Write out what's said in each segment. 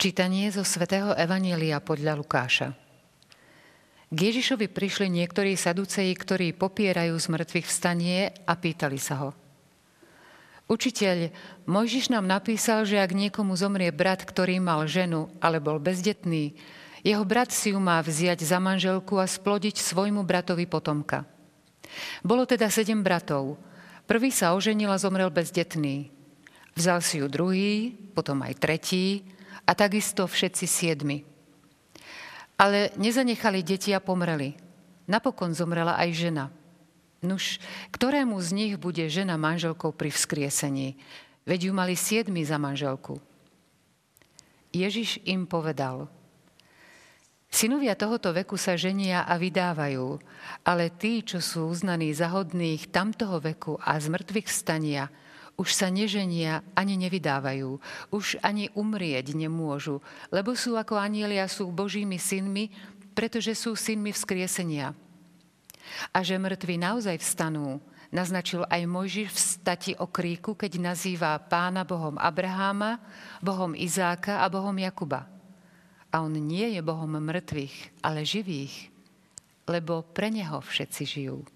Čítanie zo svätého Evanjelia podľa Lukáša. K Ježišovi prišli niektorí saduceji, ktorí popierajú zmrtvých vstanie a pýtali sa ho: Učiteľ, Mojžiš nám napísal, že ak niekomu zomrie brat, ktorý mal ženu, ale bol bezdetný, jeho brat si ju má vziať za manželku a splodiť svojmu bratovi potomka. Bolo teda 7 bratov. Prvý sa oženil a zomrel bezdetný. Vzal si ju druhý, potom aj tretí, a takisto všetci 7. Ale nezanechali deti a pomreli. Napokon zomrela aj žena. Nuž, ktorému z nich bude žena manželkou pri vzkriesení? Veď ju mali 7 za manželku. Ježiš im povedal: Synovia tohoto veku sa ženia a vydávajú, ale tí, čo sú uznaní za hodných tamtoho veku a z mŕtvych vstania, už sa neženia ani nevydávajú, už ani umrieť nemôžu, lebo sú ako anjelia, sú Božími synmi, pretože sú synmi vzkriesenia. A že mŕtvi naozaj vstanú, naznačil aj Mojžiš v stati o kríku, keď nazýva Pána Bohom Abraháma, Bohom Izáka a Bohom Jakuba. A on nie je Bohom mŕtvych, ale živých, lebo pre neho všetci žijú.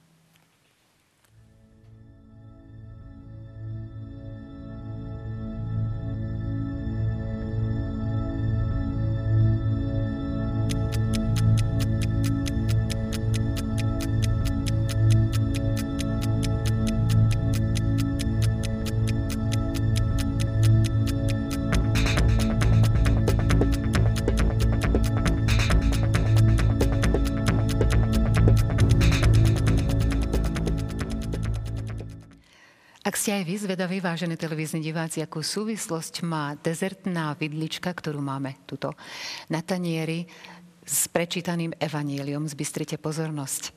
Ak ste aj vy zvedaví, vážení televízni diváci, akú súvislosť má dezertná vidlička, ktorú máme tuto na tanieri s prečítaným evanjeliom, zbystrite pozornosť.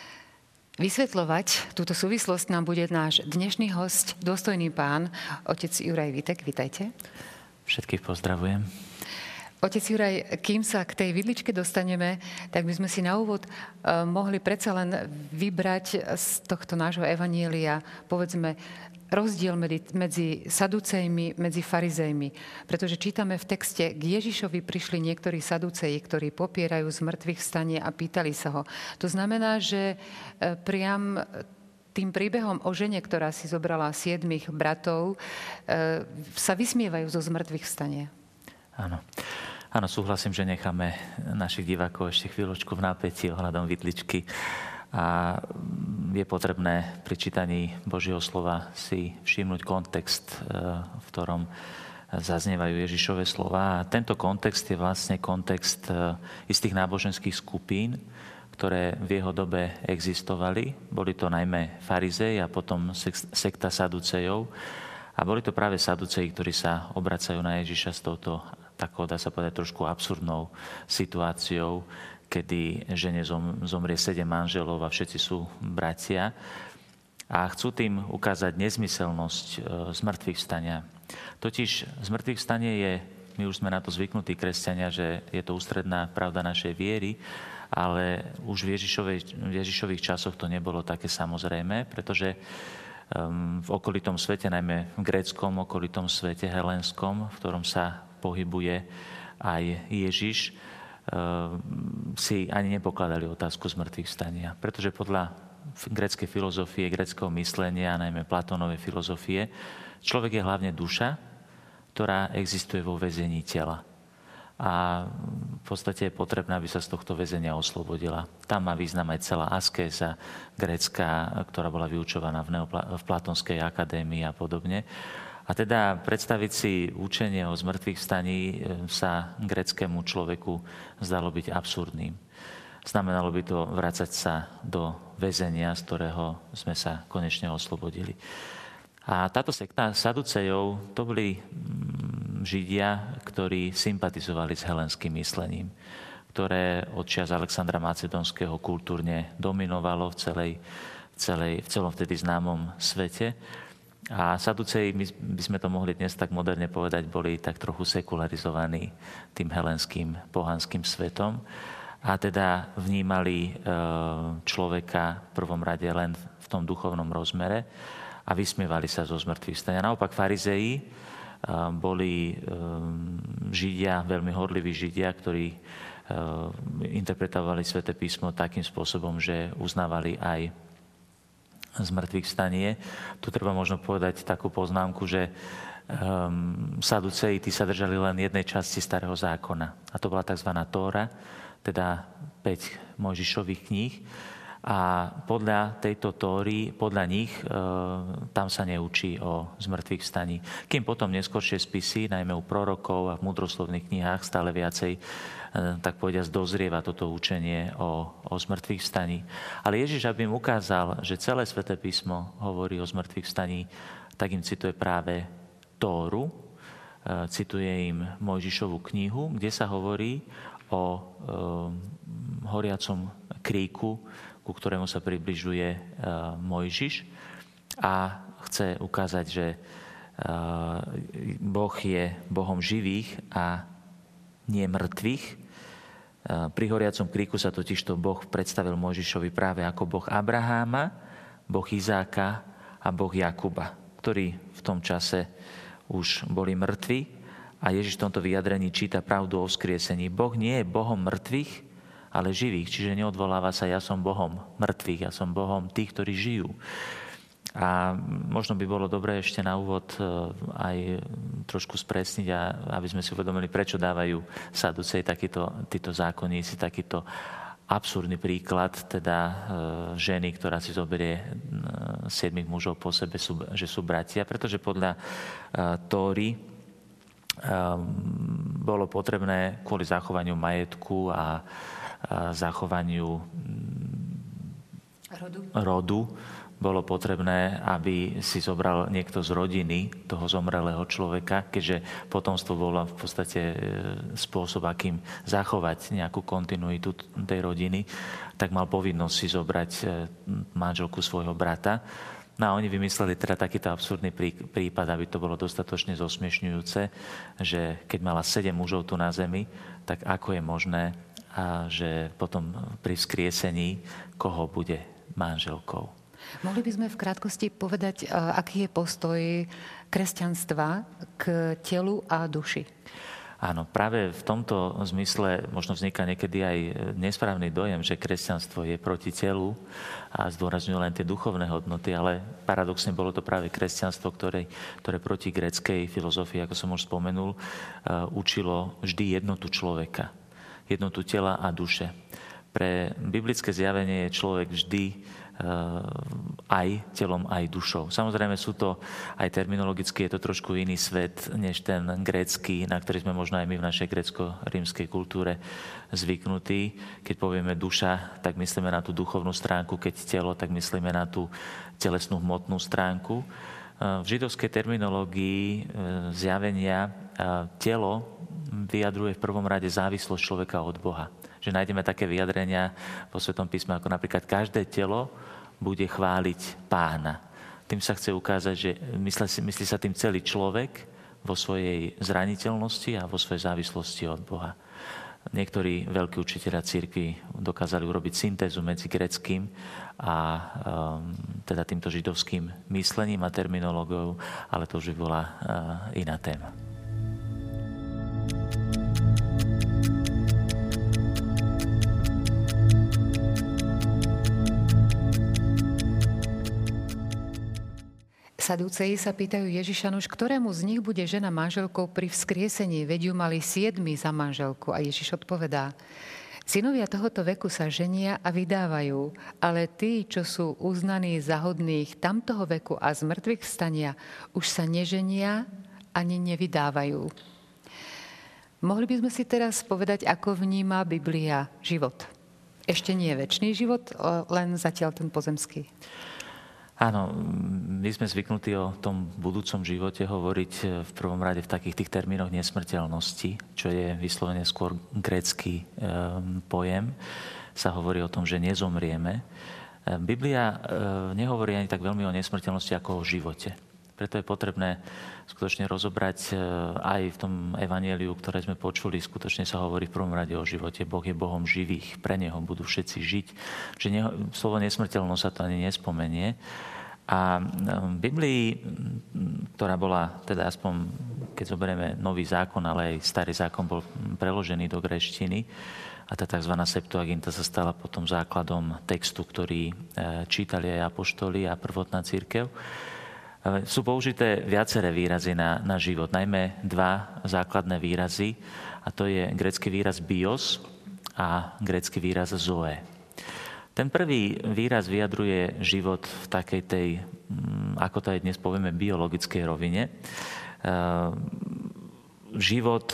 Vysvetľovať túto súvislosť nám bude náš dnešný host, dôstojný pán, otec Juraj Vitek. Vitajte. Všetkých pozdravujem. Otec Juraj, kým sa k tej vidličke dostaneme, tak by sme si na úvod mohli predsa len vybrať z tohto nášho evanjelia, povedzme, rozdiel medzi saducejmi, medzi farizejmi. Pretože čítame v texte: k Ježišovi prišli niektorí saduceji, ktorí popierajú z mŕtvych vstanie a pýtali sa ho. To znamená, že priam tým príbehom o žene, ktorá si zobrala 7 bratov, sa vysmievajú zo zmrtvých vstania. Áno, súhlasím, že necháme našich divákov ešte chvíľočku v napätí ohľadom vidličky. A je potrebné pri čítaní Božieho slova si všimnúť kontext, v ktorom zaznievajú Ježišove slova. A tento kontext je vlastne kontext istých náboženských skupín, ktoré v jeho dobe existovali. Boli to najmä farizei a potom sekta saducejov. A boli to práve saduceji, ktorí sa obracajú na Ježiša s touto, takou, dá sa povedať, trošku absurdnou situáciou, kedy žene zomrie 7 manželov a všetci sú bratia. A chcú tým ukázať nezmyselnosť zmrtvých vstania. Totiž zmrtvých vstanie je, my už sme na to zvyknutí kresťania, že je to ústredná pravda našej viery, ale už v Ježišových časoch to nebolo také samozrejme, pretože v okolitom svete, najmä v gréckom okolitom svete, helénskom, v ktorom sa pohybuje aj Ježiš, si ani nepokladali otázku zmrtvých vstania. Pretože podľa gréckej filozofie, gréckeho myslenia, najmä Platónovej filozofie, človek je hlavne duša, ktorá existuje vo väzení tela. A v podstate je potrebné, aby sa z tohto väzenia oslobodila. Tam má význam aj celá askéza grécka, ktorá bola vyučovaná v Platónskej akadémii a podobne. A teda predstaviť si učenie o zmrtvých vstaní sa gréckemu človeku zdalo byť absurdným. Znamenalo by to vrácať sa do väzenia, z ktorého sme sa konečne oslobodili. A táto sekta saducejov, to boli Židia, ktorí sympatizovali s helenským myslením, ktoré od čias Alexandra Macedónskeho kultúrne dominovalo v celom vtedy známom svete. A saduceji, my by sme to mohli dnes tak moderne povedať, boli tak trochu sekularizovaní tým helenským pohanským svetom a teda vnímali človeka v prvom rade len v tom duchovnom rozmere a vysmievali sa zo zmrtvých vstania. Naopak farizei boli Židia, veľmi horliví Židia, ktorí interpretovali Sväté písmo takým spôsobom, že uznávali aj zmrtvých vstanie. Tu treba možno povedať takú poznámku, že Saduceji, tí sa držali len jednej časti Starého zákona. A to bola tzv. Tóra, teda 5 Mojžišových kníh. A podľa tejto Tóry, podľa nich, tam sa neučí o zmrtvých vstaní. Kým potom neskôršie spisy, najmä u prorokov a v múdroslovných knihách stále viacej, tak povediať, dozrieva toto učenie o zmrtvých vstaní. Ale Ježiš, aby im ukázal, že celé Sväté písmo hovorí o zmrtvých vstaní, tak im cituje práve Tóru, cituje im Mojžišovu knihu, kde sa hovorí o horiacom kríku, ku ktorému sa približuje Mojžiš a chce ukázať, že Boh je Bohom živých a nie mŕtvych. Pri horiacom kríku sa totižto Boh predstavil Mojžišovi práve ako Boh Abraháma, Boh Izáka a Boh Jakuba, ktorí v tom čase už boli mŕtvi. A Ježiš v tomto vyjadrení číta pravdu o vzkriesení. Boh nie je Bohom mŕtvych, ale živých. Čiže neodvoláva sa, ja som Bohom mŕtvych, ja som Bohom tých, ktorí žijú. A možno by bolo dobré ešte na úvod aj trošku spresniť, aby sme si uvedomili, prečo dávajú Saduceji títo zákonníci takýto absurdný príklad, teda ženy, ktorá si zoberie 7 mužov po sebe, že sú bratia, pretože podľa Tóry bolo potrebné kvôli zachovaniu majetku a zachovaniu rodu bolo potrebné, aby si zobral niekto z rodiny toho zomrelého človeka, keďže potomstvo bolo v podstate spôsob, akým zachovať nejakú kontinuitu tej rodiny, tak mal povinnosť si zobrať manželku svojho brata. No a oni vymysleli teda takýto absurdný prípad, aby to bolo dostatočne zosmiešňujúce, že keď mala 7 mužov tu na zemi, tak ako je možné, že potom pri vzkriesení koho bude manželkou. Mohli by sme v krátkosti povedať, aký je postoj kresťanstva k telu a duši? Áno, práve v tomto zmysle možno vzniká niekedy aj nesprávny dojem, že kresťanstvo je proti telu a zdôrazňuje len tie duchovné hodnoty, ale paradoxne bolo to práve kresťanstvo, ktoré proti gréckej filozofii, ako som už spomenul, učilo vždy jednotu človeka, jednotu tela a duše. Pre biblické zjavenie je človek vždy aj telom, aj dušou. Samozrejme sú to aj terminologicky, je to trošku iný svet, než ten grécky, na ktorý sme možno aj my v našej grécko-rímskej kultúre zvyknutí. Keď povieme duša, tak myslíme na tú duchovnú stránku, keď telo, tak myslíme na tú telesnú hmotnú stránku. V židovskej terminológii zjavenia telo vyjadruje v prvom rade závislosť človeka od Boha. Že nájdeme také vyjadrenia vo Svetom písme, ako napríklad každé telo bude chváliť Pána. Tým sa chce ukázať, že myslí sa tým celý človek vo svojej zraniteľnosti a vo svojej závislosti od Boha. Niektorí veľkí učitelia cirkvi dokázali urobiť syntézu medzi gréckym a teda týmto židovským myslením a terminológiou, ale to už by bola iná téma. Saduceji sa pýtajú Ježiša, nož ktorému z nich bude žena manželkou pri vzkriesení, veď ju mali 7 za manželku. A Ježiš odpovedá, synovia tohoto veku sa ženia a vydávajú, ale tí, čo sú uznaní za hodných tamtoho veku a z mŕtvych vstania, už sa neženia ani nevydávajú. Mohli by sme si teraz povedať, ako vníma Biblia život. Ešte nie večný život, len zatiaľ ten pozemský. Áno, my sme zvyknutí o tom budúcom živote hovoriť v prvom rade v takých tých termínoch nesmrteľnosti, čo je vyslovene skôr grécky pojem. Sa hovorí o tom, že nezomrieme. Biblia nehovorí ani tak veľmi o nesmrteľnosti ako o živote. Preto je potrebné skutočne rozobrať aj v tom evanjeliu, ktoré sme počuli, skutočne sa hovorí v prvom rade o živote. Boh je Bohom živých, pre Neho budú všetci žiť. Že slovo nesmrteľnosť sa to ani nespomenie. A v Biblii, ktorá bola, teda aspoň keď zoberieme Nový zákon, ale aj Starý zákon bol preložený do gréčtiny, a tá tzv. Septuaginta sa stala potom základom textu, ktorý čítali aj apoštoli a prvotná cirkev. Sú použité viaceré výrazy na život, najmä dva základné výrazy, a to je grécky výraz bios a grécky výraz zoe. Ten prvý výraz vyjadruje život v takej tej, ako to aj dnes povieme, biologickej rovine. Život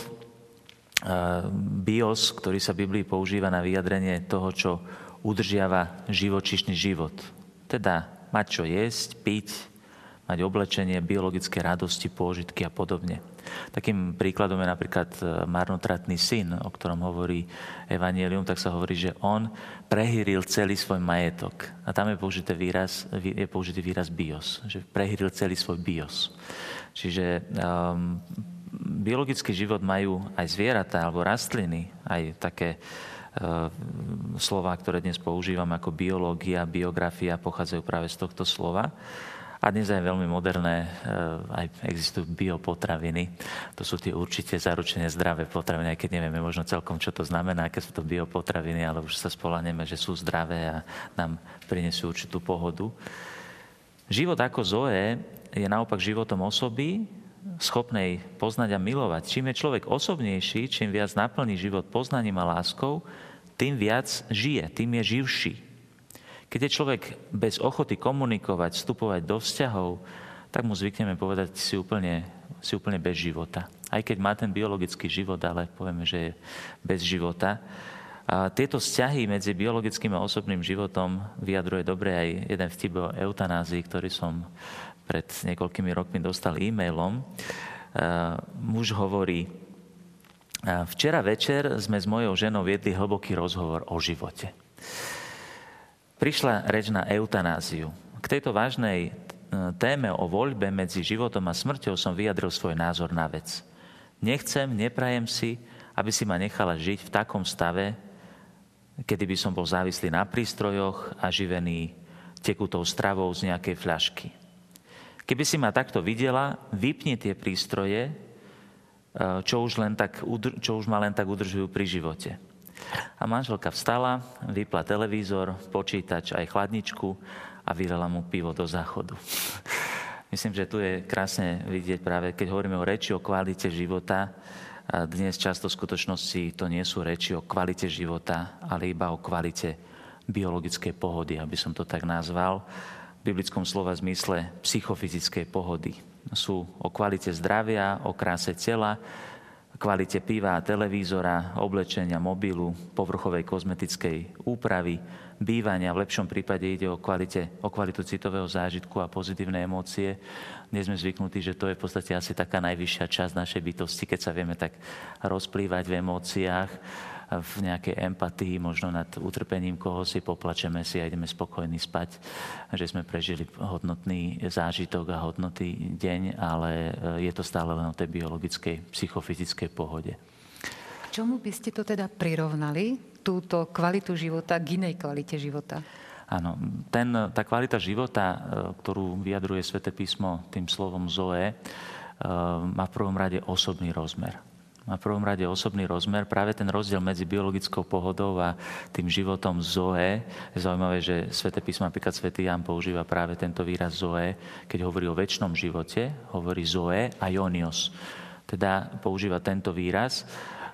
bios, ktorý sa v Biblii používa na vyjadrenie toho, čo udržiava živočíšny život. Teda mať čo jesť, piť, mať oblečenie, biologické radosti, pôžitky a podobne. Takým príkladom je napríklad marnotratný syn, o ktorom hovorí Evanjelium, tak sa hovorí, že on prehýril celý svoj majetok. A tam je použitý výraz bios, že prehýril celý svoj bios. Čiže biologický život majú aj zvieratá alebo rastliny, aj také slová, ktoré dnes používam ako biológia, biografia, pochádzajú práve z tohto slova. A dnes aj veľmi moderné, aj existujú biopotraviny. To sú tie určite zaručene zdravé potraviny, aj keď nevieme možno celkom, čo to znamená, aké sú to biopotraviny, ale už sa spoľahneme, že sú zdravé a nám prinesú určitú pohodu. Život ako zoe je naopak životom osoby, schopnej poznať a milovať. Čím je človek osobnejší, čím viac naplní život poznaním a láskou, tým viac žije, tým je živší. Keď je človek bez ochoty komunikovať, vstupovať do vzťahov, tak mu zvykneme povedať, si úplne bez života. Aj keď má ten biologický život, ale povieme, že je bez života. A tieto vzťahy medzi biologickým a osobným životom vyjadruje dobre aj jeden vtip o eutanázii, ktorý som pred niekoľkými rokmi dostal e-mailom. Muž hovorí: včera večer sme s mojou ženou viedli hlboký rozhovor o živote. Prišla reč na eutanáziu. K tejto vážnej téme o voľbe medzi životom a smrťou som vyjadril svoj názor na vec. Nechcem, neprajem si, aby si ma nechala žiť v takom stave, kedy by som bol závislý na prístrojoch a živený tekutou stravou z nejakej fľašky. Keby si ma takto videla, vypni tie prístroje, čo už ma len tak udržujú pri živote. A manželka vstala, vypla televízor, počítač aj chladničku a vylela mu pivo do záchodu. Myslím, že tu je krásne vidieť práve, keď hovoríme o reči o kvalite života. Dnes často v skutočnosti to nie sú reči o kvalite života, ale iba o kvalite biologickej pohody, aby som to tak nazval. V biblickom slova zmysle psychofyzickej pohody. Sú o kvalite zdravia, o kráse tela, kvalite piva a televízora, oblečenia, mobilu, povrchovej kozmetickej úpravy, bývania. V lepšom prípade ide o kvalitu citového zážitku a pozitívne emócie. Dnes sme zvyknutí, že to je v podstate asi taká najvyššia časť našej bytosti, keď sa vieme tak rozplývať v emóciách, v nejakej empatii, možno nad utrpením koho si, poplačeme si a ideme spokojní spať, že sme prežili hodnotný zážitok a hodnotný deň, ale je to stále len o tej biologickej, psychofyzickej pohode. K čomu by ste to teda prirovnali, túto kvalitu života k inej kvalite života? Áno, tá kvalita života, ktorú vyjadruje Sväté písmo tým slovom zoe, má v prvom rade osobný rozmer. Má v prvom rade osobný rozmer. Práve ten rozdiel medzi biologickou pohodou a tým životom zoe. Je zaujímavé, že Sväté písmo, napríklad Svätý Ján používa práve tento výraz zoe, keď hovorí o večnom živote, hovorí zoe a ionios. Teda používa tento výraz.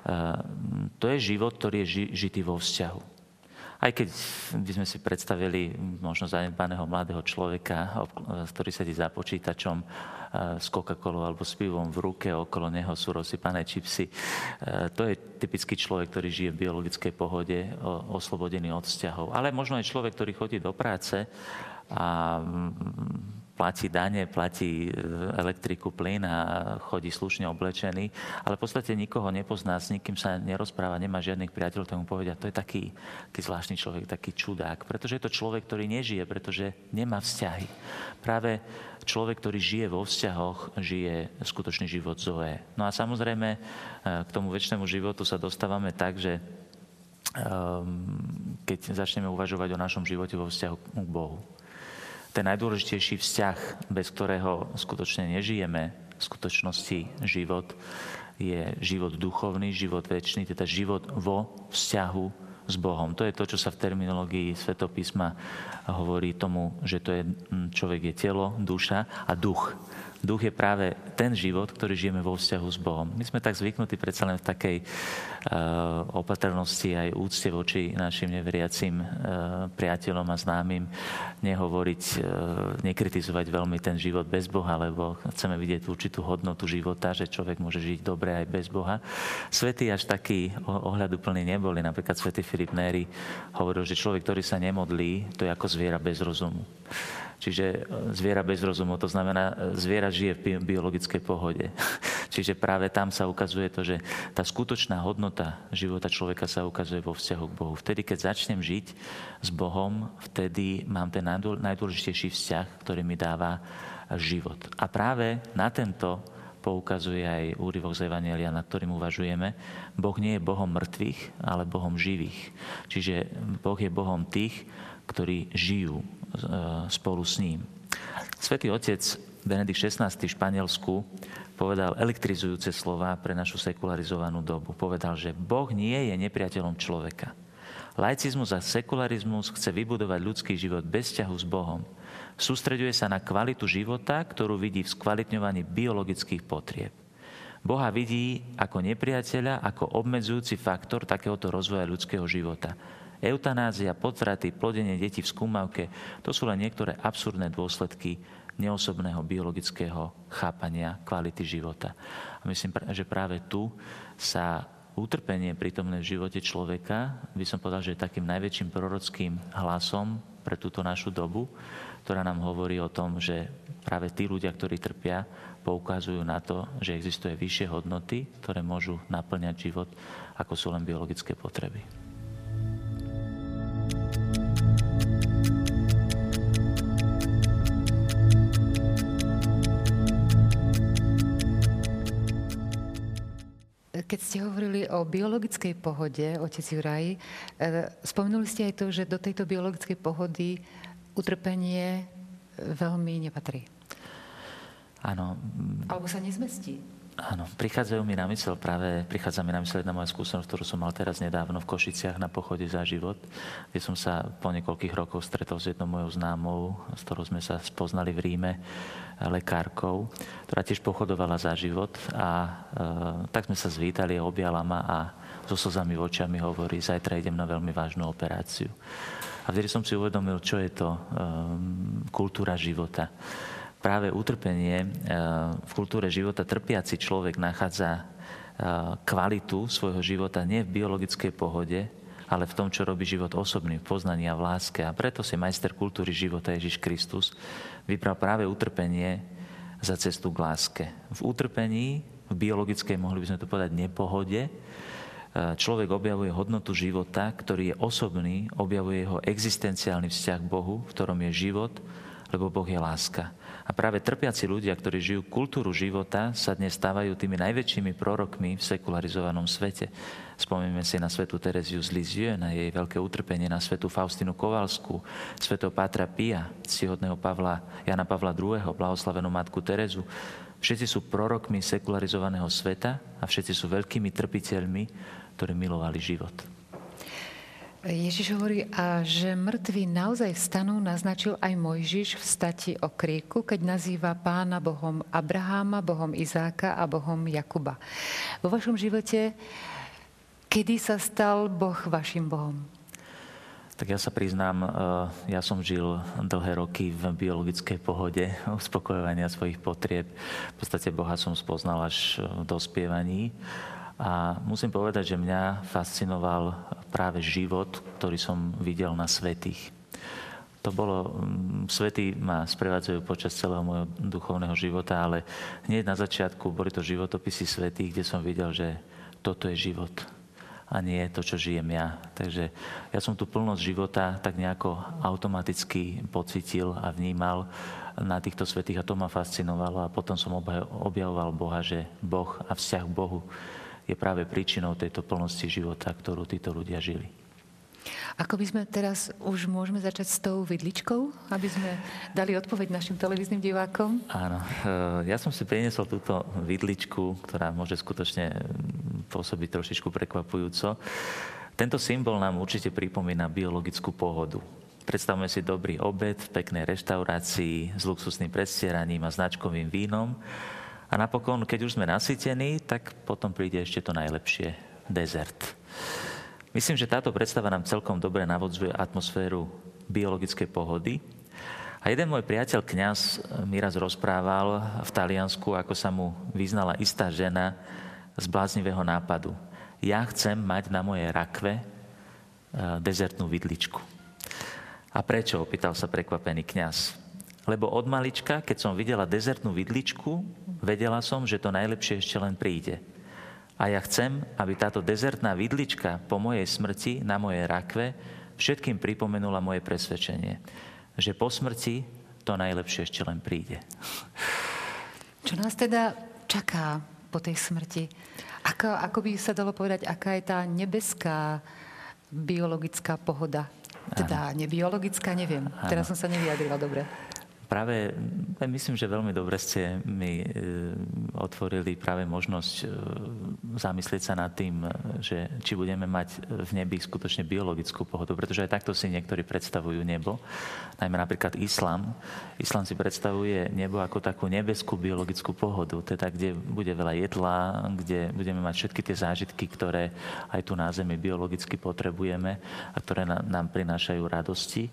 To je život, ktorý je žitý vo vzťahu. Aj keď by sme si predstavili možno zanedbaného mladého človeka, ktorý sedí za počítačom s Coca-Colou alebo s pivom v ruke, okolo neho sú rozsypané čipsy. To je typický človek, ktorý žije v biologickej pohode, oslobodený od vzťahov. Ale možno aj človek, ktorý chodí do práce a platí dane, platí elektriku, plyn a chodí slušne oblečený, ale v podstate nikoho nepozná, s nikým sa nerozpráva, nemá žiadnych priateľov, tak mu povedia, to je taký zvláštny človek, taký čudák, pretože je to človek, ktorý nežije, pretože nemá vzťahy. Práve človek, ktorý žije vo vzťahoch, žije skutočný život zoe. No a samozrejme k tomu večnému životu sa dostávame tak, že keď začneme uvažovať o našom živote vo vzťahu k Bohu. ten najdôležitejší vzťah, bez ktorého skutočne nežijeme, v skutočnosti život, je život duchovný, život večný, teda život vo vzťahu s Bohom. To je to, čo sa v terminológii Svätopísma hovorí tomu, že to je, človek je telo, duša a duch. Duch je práve ten život, ktorý žijeme vo vzťahu s Bohom. My sme tak zvyknutí predsa len v takej opatrnosti aj úcte voči našim neveriacim priateľom a známym nehovoriť, nekritizovať veľmi ten život bez Boha, lebo chceme vidieť určitú hodnotu života, že človek môže žiť dobre aj bez Boha. Svätí až takí ohľaduplní neboli. Napríklad svätý Filip Néri hovoril, že človek, ktorý sa nemodlí, to je ako zviera bez rozumu. Čiže zviera bez rozumu, to znamená, zviera žije v biologickej pohode. Čiže práve tam sa ukazuje to, že tá skutočná hodnota života človeka sa ukazuje vo vzťahu k Bohu. Vtedy, keď začnem žiť s Bohom, vtedy mám ten najdôležitejší vzťah, ktorý mi dáva život. A práve na tento poukazuje aj úryvok z Evanjelia, nad ktorým uvažujeme. Boh nie je Bohom mŕtvych, ale Bohom živých. Čiže Boh je Bohom tých, ktorí žijú spolu s ním. Svätý otec Benedikt XVI v Španielsku povedal elektrizujúce slová pre našu sekularizovanú dobu. Povedal, že Boh nie je nepriateľom človeka. Laicizmus a sekularizmus chce vybudovať ľudský život bez vzťahu s Bohom. Sústreďuje sa na kvalitu života, ktorú vidí v skvalitňovaní biologických potrieb. Boha vidí ako nepriateľa, ako obmedzujúci faktor takéhoto rozvoja ľudského života. Eutanázia, potraty, plodenie detí v skúmavke, to sú len niektoré absurdné dôsledky neosobného biologického chápania kvality života. A myslím, že práve tu sa utrpenie prítomné v živote človeka, by som povedal, že je takým najväčším prorockým hlasom pre túto našu dobu, ktorá nám hovorí o tom, že práve tí ľudia, ktorí trpia, poukazujú na to, že existuje vyššie hodnoty, ktoré môžu naplňať život, ako sú len biologické potreby. Keď ste hovorili o biologickej pohode, otec Juraj, spomenuli ste aj to, že do tejto biologickej pohody utrpenie veľmi nepatrí. Áno. Alebo sa nezmestí. Áno, prichádza mi na mysel jedna moja skúsenosť, ktorú som mal teraz nedávno v Košiciach na pochode za život, kde som sa po niekoľkých rokoch stretol s jednou mojou známou, s ktorou sme sa spoznali v Ríme, lekárkou, ktorá tiež pochodovala za život a tak sme sa zvítali, objala ma a so slzami v očiach mi hovorí, zajtra idem na veľmi vážnu operáciu. A vtedy som si uvedomil, čo je to kultúra života. Práve utrpenie v kultúre života trpiaci človek nachádza kvalitu svojho života nie v biologickej pohode, ale v tom, čo robí život osobný, v poznaní a v láske. A preto si majster kultúry života Ježiš Kristus vybral práve utrpenie za cestu k láske. V utrpení, v biologickej, mohli by sme to povedať, nepohode, človek objavuje hodnotu života, ktorý je osobný, objavuje jeho existenciálny vzťah k Bohu, v ktorom je život, lebo Boh je láska. A práve trpiaci ľudia, ktorí žijú kultúru života, sa dnes stávajú tými najväčšími prorokmi v sekularizovanom svete. Spomíname si na svätú Tereziu z Lisieux, na jej veľké utrpenie, na svätú Faustinu Kovalskú, svätého Pátra Pia, ctihodného Jana Pavla II., blahoslavenú matku Terezu. Všetci sú prorokmi sekularizovaného sveta a všetci sú veľkými trpiteľmi, ktorí milovali život. Ježiš hovorí, a že mŕtvi naozaj vstanú, naznačil aj Mojžiš v stati o kríku, keď nazýva Pána Bohom Abraháma, Bohom Izáka a Bohom Jakuba. Vo vašom živote, kedy sa stal Boh vašim Bohom? Tak ja sa priznám, ja som žil dlhé roky v biologickej pohode, uspokojovania svojich potrieb. V podstate Boha som spoznal až v dospievaní. A musím povedať, že mňa fascinoval práve život, ktorý som videl na svätých. Svätí ma sprevádzajú počas celého môjho duchovného života, ale hneď na začiatku boli to životopisy svätých, kde som videl, že toto je život a nie to, čo žijem ja. Takže ja som tú plnosť života tak nejako automaticky pocitil a vnímal na týchto svätých a to ma fascinovalo a potom som objavoval Boha, že Boh a vzťah k Bohu je práve príčinou tejto plnosti života, ktorú títo ľudia žili. Ako by sme teraz už môžeme začať s tou vidličkou, aby sme dali odpoveď našim televíznym divákom? Áno, ja som si priniesol túto vidličku, ktorá môže skutočne pôsobiť trošičku prekvapujúco. Tento symbol nám určite pripomína biologickú pohodu. Predstavme si dobrý obed v peknej reštaurácii s luxusným predstieraním a značkovým vínom. A napokon, keď už sme nasýtení, tak potom príde ešte to najlepšie, dezert. Myslím, že táto predstava nám celkom dobre navodzuje atmosféru biologickej pohody. A jeden môj priateľ kňaz mi raz rozprával v Taliansku, ako sa mu vyznala istá žena z bláznivého nápadu. Ja chcem mať na mojej rakve dezertnú vidličku. A prečo? Opýtal sa prekvapený kňaz. Lebo od malička, keď som videla dezertnú vidličku, vedela som, že to najlepšie ešte len príde. A ja chcem, aby táto dezertná vidlička po mojej smrti na mojej rakve všetkým pripomenula moje presvedčenie, že po smrti to najlepšie ešte len príde. Čo nás teda čaká po tej smrti? Ako by sa dalo povedať, aká je tá nebeská biologická pohoda? Teda nebiologická, neviem. Ano. Teraz som sa nevyjadrila dobre. Práve myslím, že veľmi dobre ste mi otvorili práve možnosť zamyslieť sa nad tým, že či budeme mať v nebi skutočne biologickú pohodu, pretože aj takto si niektorí predstavujú nebo. Najmä napríklad islám. Islám si predstavuje nebo ako takú nebeskú biologickú pohodu, teda kde bude veľa jedla, kde budeme mať všetky tie zážitky, ktoré aj tu na zemi biologicky potrebujeme a ktoré nám prinášajú radosti.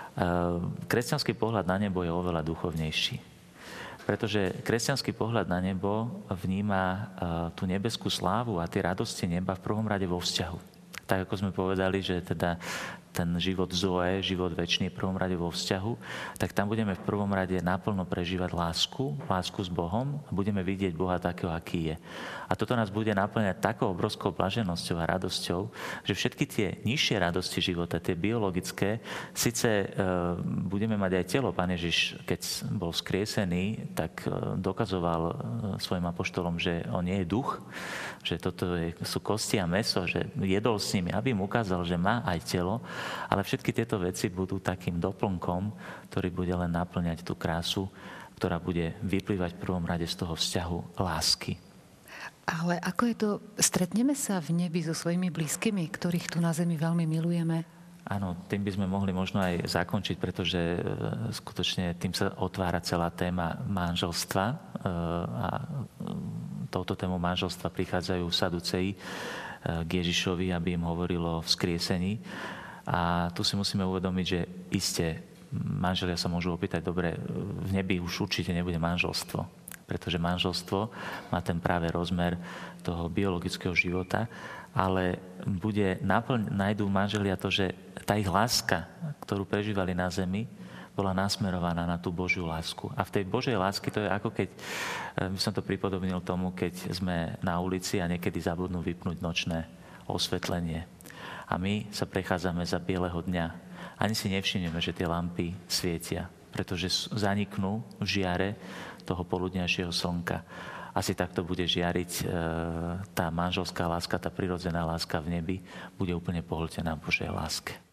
Kresťanský pohľad na nebo je oveľa duchovnejší. Pretože kresťanský pohľad na nebo vníma tú nebeskú slávu a tie radosti neba v prvom rade vo vzťahu. Tak ako sme povedali, že teda ten život Zoe, život večný v prvom rade vo vzťahu, tak tam budeme v prvom rade naplno prežívať lásku s Bohom a budeme vidieť Boha takého, aký je. A toto nás bude naplňať takou obrovskou blaženosťou a radosťou, že všetky tie nižšie radosti života, tie biologické, síce budeme mať aj telo. Pán Ježiš, keď bol vzkriesený, tak dokazoval svojim apoštolom, že on nie je duch, že toto sú kosti a mäso, že jedol s nimi, aby im ukázal, že má aj telo. Ale všetky tieto veci budú takým doplnkom, ktorý bude len naplňať tú krásu, ktorá bude vyplývať v prvom rade z toho vzťahu lásky. Ale ako je to? Stretneme sa v nebi so svojimi blízkymi, ktorých tu na zemi veľmi milujeme? Áno, tým by sme mohli možno aj zakončiť, pretože skutočne tým sa otvára celá téma manželstva a touto tému manželstva prichádzajú saduceji k Ježišovi, aby im hovorilo o vzkriesení. A tu si musíme uvedomiť, že iste manželia sa môžu opýtať, dobre, v nebi už určite nebude manželstvo, pretože manželstvo má ten práve rozmer toho biologického života, ale nájdú manželia to, že tá ich láska, ktorú prežívali na zemi, bola nasmerovaná na tú Božiu lásku. A v tej Božej lásky to je ako keď, by som to pripodobnil tomu, keď sme na ulici a niekedy zabudnú vypnúť nočné osvetlenie. A my sa prechádzame za bieleho dňa. Ani si nevšimneme, že tie lampy svietia, pretože zaniknú v žiare toho poludňajšieho slnka. Asi takto bude žiariť tá manželská láska, tá prirodzená láska v nebi, bude úplne pohltená Božej láske.